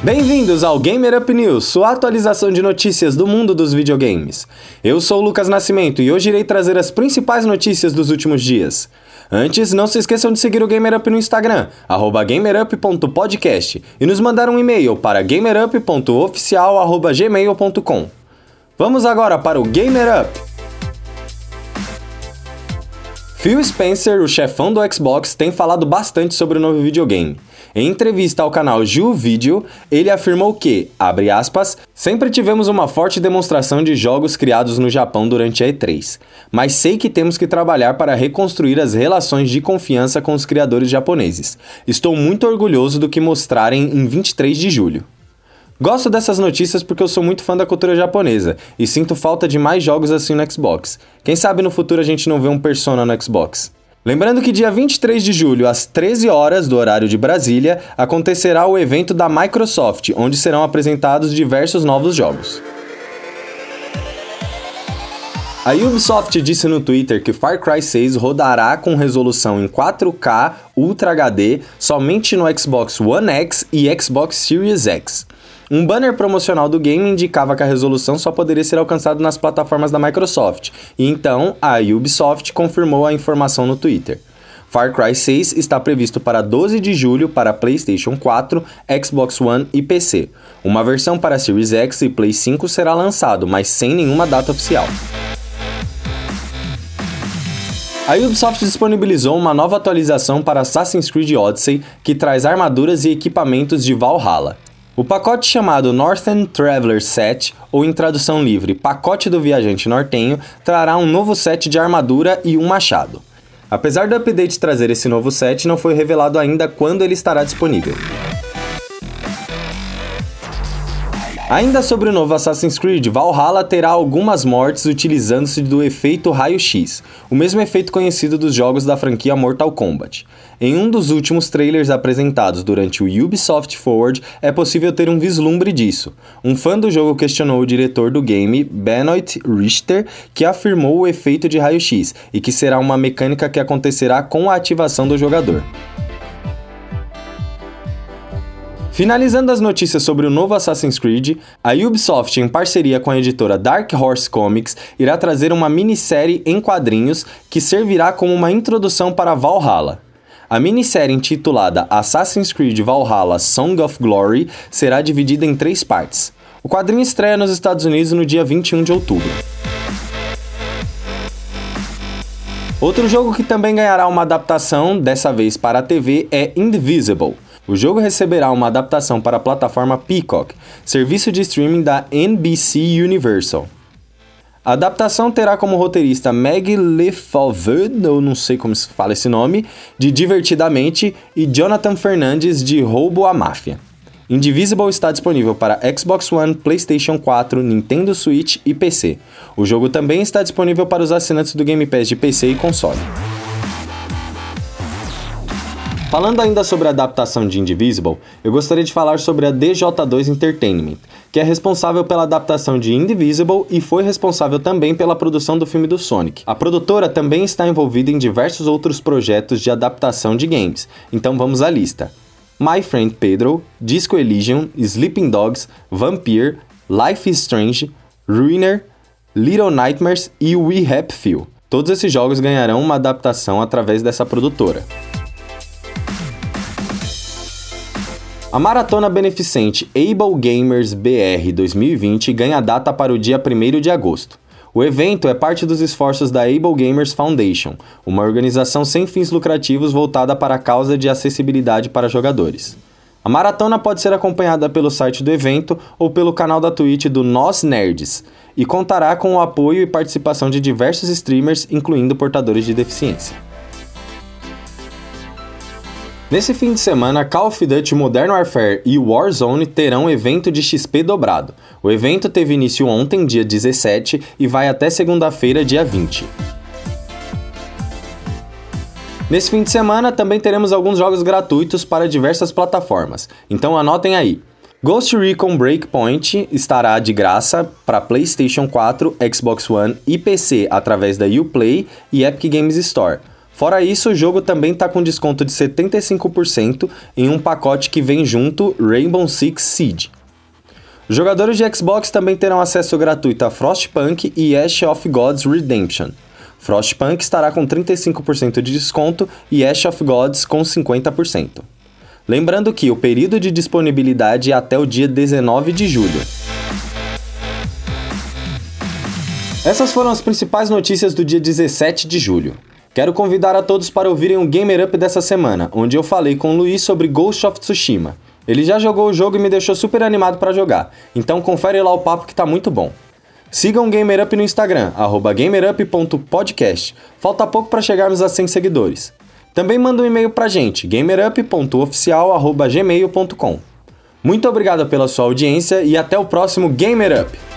Bem-vindos ao Gamer Up News, sua atualização de notícias do mundo dos videogames. Eu sou o Lucas Nascimento e hoje irei trazer as principais notícias dos últimos dias. Antes, não se esqueçam de seguir o Gamer Up no Instagram, @gamerup.podcast, e nos mandar um e-mail para gamerup.oficial@gmail.com. Vamos agora para o Gamer Up! Phil Spencer, o chefão do Xbox, tem falado bastante sobre o novo videogame. Em entrevista ao canal Ju Video, ele afirmou que, abre aspas, sempre tivemos uma forte demonstração de jogos criados no Japão durante a E3, mas sei que temos que trabalhar para reconstruir as relações de confiança com os criadores japoneses. Estou muito orgulhoso do que mostrarem em 23 de julho. Gosto dessas notícias porque eu sou muito fã da cultura japonesa e sinto falta de mais jogos assim no Xbox. Quem sabe no futuro a gente não vê um Persona no Xbox. Lembrando que dia 23 de julho, às 13 horas do horário de Brasília, acontecerá o evento da Microsoft, onde serão apresentados diversos novos jogos. A Ubisoft disse no Twitter que Far Cry 6 rodará com resolução em 4K Ultra HD somente no Xbox One X e Xbox Series X. Um banner promocional do game indicava que a resolução só poderia ser alcançada nas plataformas da Microsoft, e então a Ubisoft confirmou a informação no Twitter. Far Cry 6 está previsto para 12 de julho para PlayStation 4, Xbox One e PC. Uma versão para Series X e Play 5 será lançado, mas sem nenhuma data oficial. A Ubisoft disponibilizou uma nova atualização para Assassin's Creed Odyssey que traz armaduras e equipamentos de Valhalla. O pacote chamado Northern Traveler Set, ou em tradução livre, Pacote do Viajante Nortenho, trará um novo set de armadura e um machado. Apesar do update trazer esse novo set, não foi revelado ainda quando ele estará disponível. Ainda sobre o novo Assassin's Creed, Valhalla terá algumas mortes utilizando-se do efeito raio-x, o mesmo efeito conhecido dos jogos da franquia Mortal Kombat. Em um dos últimos trailers apresentados durante o Ubisoft Forward, é possível ter um vislumbre disso. Um fã do jogo questionou o diretor do game, Benoit Richter, que afirmou o efeito de raio-x e que será uma mecânica que acontecerá com a ativação do jogador. Finalizando as notícias sobre o novo Assassin's Creed, a Ubisoft, em parceria com a editora Dark Horse Comics, irá trazer uma minissérie em quadrinhos que servirá como uma introdução para Valhalla. A minissérie intitulada Assassin's Creed Valhalla Song of Glory será dividida em 3 partes. O quadrinho estreia nos Estados Unidos no dia 21 de outubro. Outro jogo que também ganhará uma adaptação, dessa vez para a TV, é Indivisible. O jogo receberá uma adaptação para a plataforma Peacock, serviço de streaming da NBC Universal. A adaptação terá como roteirista Maggie Lefauve, eu não sei como se fala esse nome, de Divertidamente, e Jonathan Fernandes, de Roubo à Máfia. Indivisible está disponível para Xbox One, PlayStation 4, Nintendo Switch e PC. O jogo também está disponível para os assinantes do Game Pass de PC e console. Falando ainda sobre a adaptação de Indivisible, eu gostaria de falar sobre a DJ2 Entertainment, que é responsável pela adaptação de Indivisible e foi responsável também pela produção do filme do Sonic. A produtora também está envolvida em diversos outros projetos de adaptação de games, então vamos à lista. My Friend Pedro, Disco Elysium, Sleeping Dogs, Vampire, Life is Strange, Ruiner, Little Nightmares e We Happy Few. Todos esses jogos ganharão uma adaptação através dessa produtora. A maratona beneficente Able Gamers BR 2020 ganha data para o dia 1º de agosto. O evento é parte dos esforços da Able Gamers Foundation, uma organização sem fins lucrativos voltada para a causa de acessibilidade para jogadores. A maratona pode ser acompanhada pelo site do evento ou pelo canal da Twitch do Nós Nerds, e contará com o apoio e participação de diversos streamers, incluindo portadores de deficiência. Nesse fim de semana, Call of Duty Modern Warfare e Warzone terão evento de XP dobrado. O evento teve início ontem, dia 17, e vai até segunda-feira, dia 20. Nesse fim de semana, também teremos alguns jogos gratuitos para diversas plataformas, então anotem aí. Ghost Recon Breakpoint estará de graça para PlayStation 4, Xbox One e PC através da Uplay e Epic Games Store. Fora isso, o jogo também está com desconto de 75% em um pacote que vem junto, Rainbow Six Siege. Os jogadores de Xbox também terão acesso gratuito a Frostpunk e Ash of Gods Redemption. Frostpunk estará com 35% de desconto e Ash of Gods com 50%. Lembrando que o período de disponibilidade é até o dia 19 de julho. Essas foram as principais notícias do dia 17 de julho. Quero convidar a todos para ouvirem o Gamer Up dessa semana, onde eu falei com o Luiz sobre Ghost of Tsushima. Ele já jogou o jogo e me deixou super animado para jogar, então confere lá o papo que tá muito bom. Sigam o Gamer Up no Instagram, @gamerup.podcast. Falta pouco para chegarmos a 100 seguidores. Também manda um e-mail pra gente, gamerup.oficial@gmail.com. Muito obrigado pela sua audiência e até o próximo Gamer Up!